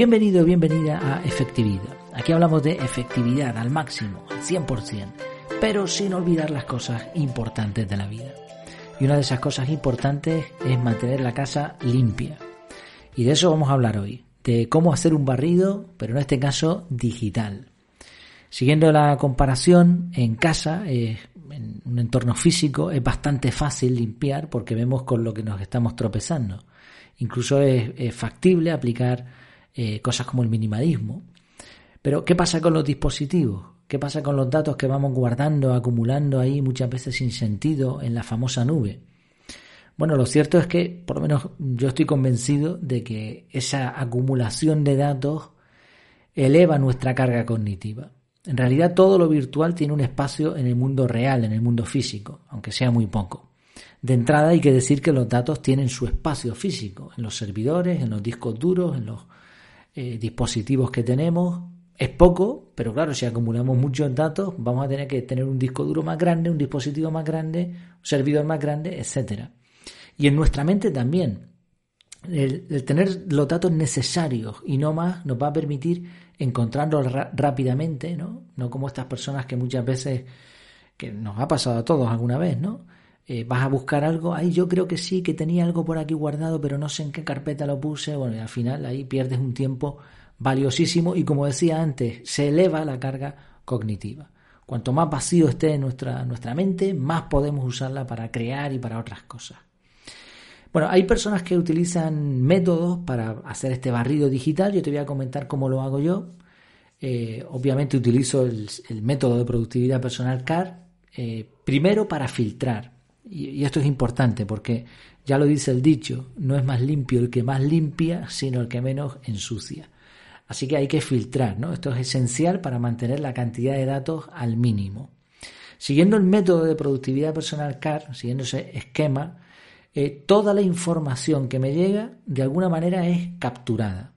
Bienvenido, bienvenida a Efectividad. Aquí hablamos de efectividad al máximo, al 100%, pero sin olvidar las cosas importantes de la vida. Y una de esas cosas importantes es mantener la casa limpia. Y de eso vamos a hablar hoy, de cómo hacer un barrido, pero en este caso digital. Siguiendo la comparación, en casa, en un entorno físico, es bastante fácil limpiar porque vemos con lo que nos estamos tropezando. Incluso es factible aplicar cosas como el minimalismo. Pero ¿qué pasa con los dispositivos? ¿Qué pasa con los datos que vamos guardando, acumulando ahí muchas veces sin sentido en la famosa nube? Bueno, lo cierto es que, por lo menos yo estoy convencido de que esa acumulación de datos eleva nuestra carga cognitiva. En realidad todo lo virtual tiene un espacio en el mundo real, en el mundo físico, aunque sea muy poco. De entrada hay que decir que los datos tienen su espacio físico, en los servidores, en los discos duros, en los dispositivos que tenemos. Es poco, pero claro, si acumulamos muchos datos vamos a tener que tener un disco duro más grande, un dispositivo más grande, un servidor más grande, etcétera. Y en nuestra mente también. El tener los datos necesarios y no más nos va a permitir encontrarlos rápidamente, ¿no? No como estas personas que muchas veces, que nos ha pasado a todos alguna vez, ¿no? Vas a buscar algo, yo creo que sí, que tenía algo por aquí guardado, pero no sé en qué carpeta lo puse. Bueno, y al final ahí pierdes un tiempo valiosísimo y, como decía antes, se eleva la carga cognitiva. Cuanto más vacío esté nuestra mente, más podemos usarla para crear y para otras cosas. Bueno, hay personas que utilizan métodos para hacer este barrido digital. Yo te voy a comentar cómo lo hago yo. Obviamente utilizo el método de productividad personal CAR, primero para filtrar. Y esto es importante porque ya lo dice el dicho, no es más limpio el que más limpia, sino el que menos ensucia. Así que hay que filtrar, ¿no? Esto es esencial para mantener la cantidad de datos al mínimo. Siguiendo el método de productividad personal CAR, siguiendo ese esquema, toda la información que me llega de alguna manera es capturada.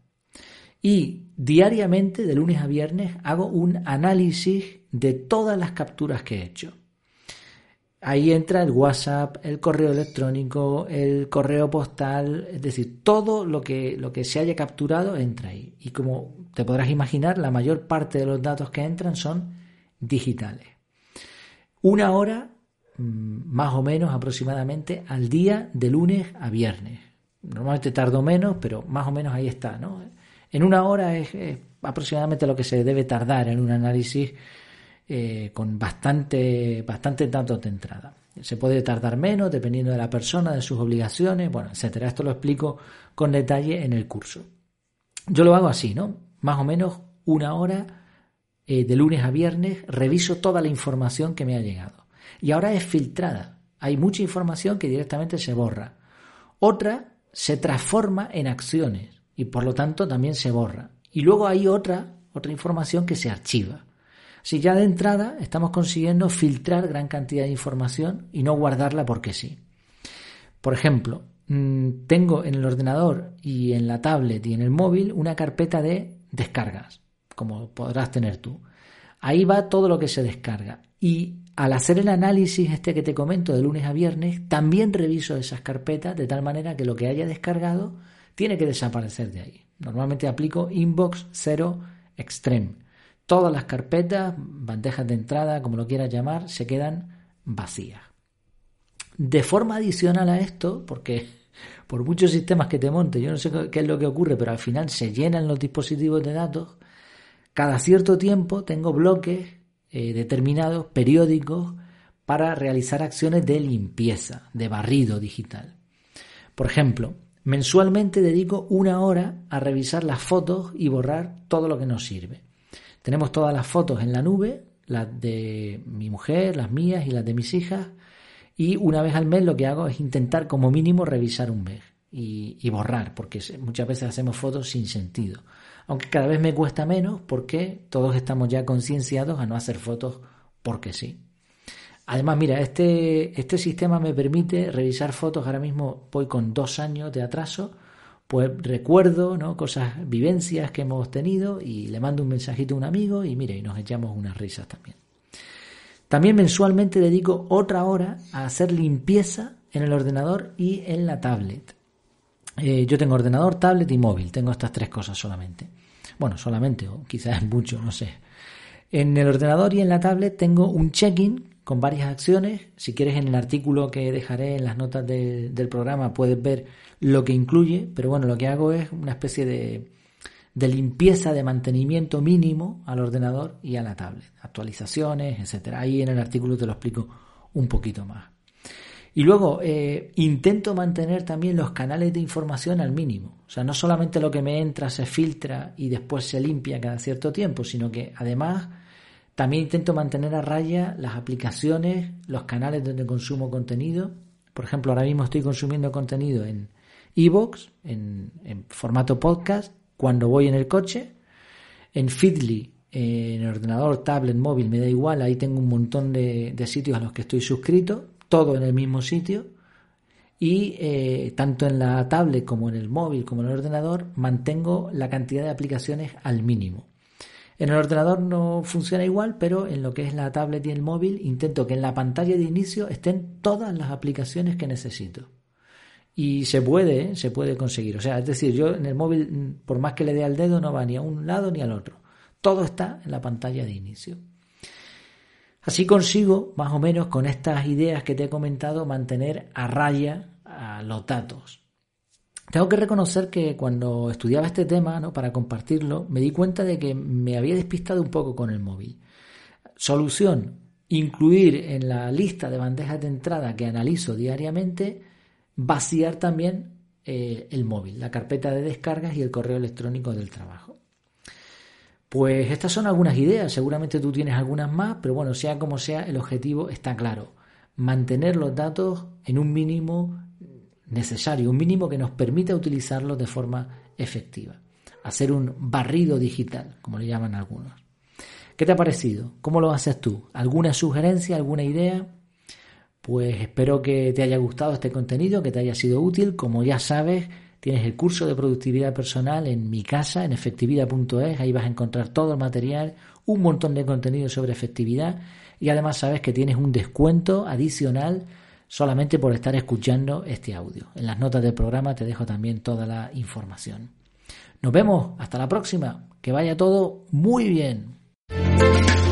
Y diariamente, de lunes a viernes, hago un análisis de todas las capturas que he hecho. Ahí entra el WhatsApp, el correo electrónico, el correo postal, es decir, todo lo que se haya capturado entra ahí. Y como te podrás imaginar, la mayor parte de los datos que entran son digitales. 1 hora, más o menos aproximadamente, al día de lunes a viernes. Normalmente tardo menos, pero más o menos ahí está, ¿no? En 1 hora es aproximadamente lo que se debe tardar en un análisis con bastante datos de entrada. Se puede tardar menos dependiendo de la persona, de sus obligaciones, bueno, etcétera. Esto lo explico con detalle en el curso. Yo lo hago así, ¿no? Más o menos 1 hora de lunes a viernes, reviso toda la información que me ha llegado. Y ahora es filtrada. Hay mucha información que directamente se borra. Otra se transforma en acciones y por lo tanto también se borra. Y luego hay otra información que se archiva. Si ya de entrada estamos consiguiendo filtrar gran cantidad de información y no guardarla porque sí. Por ejemplo, tengo en el ordenador y en la tablet y en el móvil una carpeta de descargas, como podrás tener tú. Ahí va todo lo que se descarga. Y al hacer el análisis que te comento de lunes a viernes, también reviso esas carpetas de tal manera que lo que haya descargado tiene que desaparecer de ahí. Normalmente aplico Inbox Zero Extreme. Todas las carpetas, bandejas de entrada, como lo quieras llamar, se quedan vacías. De forma adicional a esto, porque por muchos sistemas que te monte, yo no sé qué es lo que ocurre, pero al final se llenan los dispositivos de datos, cada cierto tiempo tengo bloques determinados, periódicos, para realizar acciones de limpieza, de barrido digital. Por ejemplo, mensualmente dedico 1 hora a revisar las fotos y borrar todo lo que nos sirve. Tenemos todas las fotos en la nube, las de mi mujer, las mías y las de mis hijas, y una vez al mes lo que hago es intentar como mínimo revisar un mes y borrar, porque muchas veces hacemos fotos sin sentido. Aunque cada vez me cuesta menos porque todos estamos ya concienciados a no hacer fotos porque sí. Además, mira, este sistema me permite revisar fotos. Ahora mismo voy con 2 años de atraso, pues recuerdo, ¿no?, cosas, vivencias que hemos tenido y le mando un mensajito a un amigo y mire, y nos echamos unas risas también. También mensualmente dedico otra hora a hacer limpieza en el ordenador y en la tablet. Yo tengo ordenador, tablet y móvil. Tengo estas 3 cosas solamente. Bueno, solamente, o quizás es mucho, no sé. En el ordenador y en la tablet tengo un check-in con varias acciones. Si quieres, en el artículo que dejaré en las notas del programa puedes ver lo que incluye. Pero bueno, lo que hago es una especie de limpieza, de mantenimiento mínimo al ordenador y a la tablet. Actualizaciones, etcétera. Ahí en el artículo te lo explico un poquito más. Y luego intento mantener también los canales de información al mínimo. O sea, no solamente lo que me entra se filtra y después se limpia cada cierto tiempo, sino que además también intento mantener a raya las aplicaciones, los canales donde consumo contenido. Por ejemplo, ahora mismo estoy consumiendo contenido en iVoox, en formato podcast, cuando voy en el coche, en Feedly, en el ordenador, tablet, móvil, me da igual, ahí tengo un montón de sitios a los que estoy suscrito, todo en el mismo sitio, y tanto en la tablet como en el móvil como en el ordenador mantengo la cantidad de aplicaciones al mínimo. En el ordenador no funciona igual, pero en lo que es la tablet y el móvil intento que en la pantalla de inicio estén todas las aplicaciones que necesito. Y se puede conseguir. O sea, es decir, yo en el móvil, por más que le dé al dedo, no va ni a un lado ni al otro. Todo está en la pantalla de inicio. Así consigo, más o menos, con estas ideas que te he comentado, mantener a raya a los datos. Tengo que reconocer que cuando estudiaba este tema, ¿no?, para compartirlo, me di cuenta de que me había despistado un poco con el móvil. Solución: incluir en la lista de bandejas de entrada que analizo diariamente, vaciar también el móvil, la carpeta de descargas y el correo electrónico del trabajo. Pues estas son algunas ideas, seguramente tú tienes algunas más, pero bueno, sea como sea, el objetivo está claro: mantener los datos en un mínimo necesario, un mínimo que nos permita utilizarlos de forma efectiva. Hacer un barrido digital, como le llaman algunos. ¿Qué te ha parecido? ¿Cómo lo haces tú? ¿Alguna sugerencia, alguna idea? Pues espero que te haya gustado este contenido, que te haya sido útil. Como ya sabes, tienes el curso de productividad personal en mi casa, en efectividad.es. Ahí vas a encontrar todo el material, un montón de contenido sobre efectividad, y además sabes que tienes un descuento adicional solamente por estar escuchando este audio. En las notas del programa te dejo también toda la información. Nos vemos, hasta la próxima. Que vaya todo muy bien.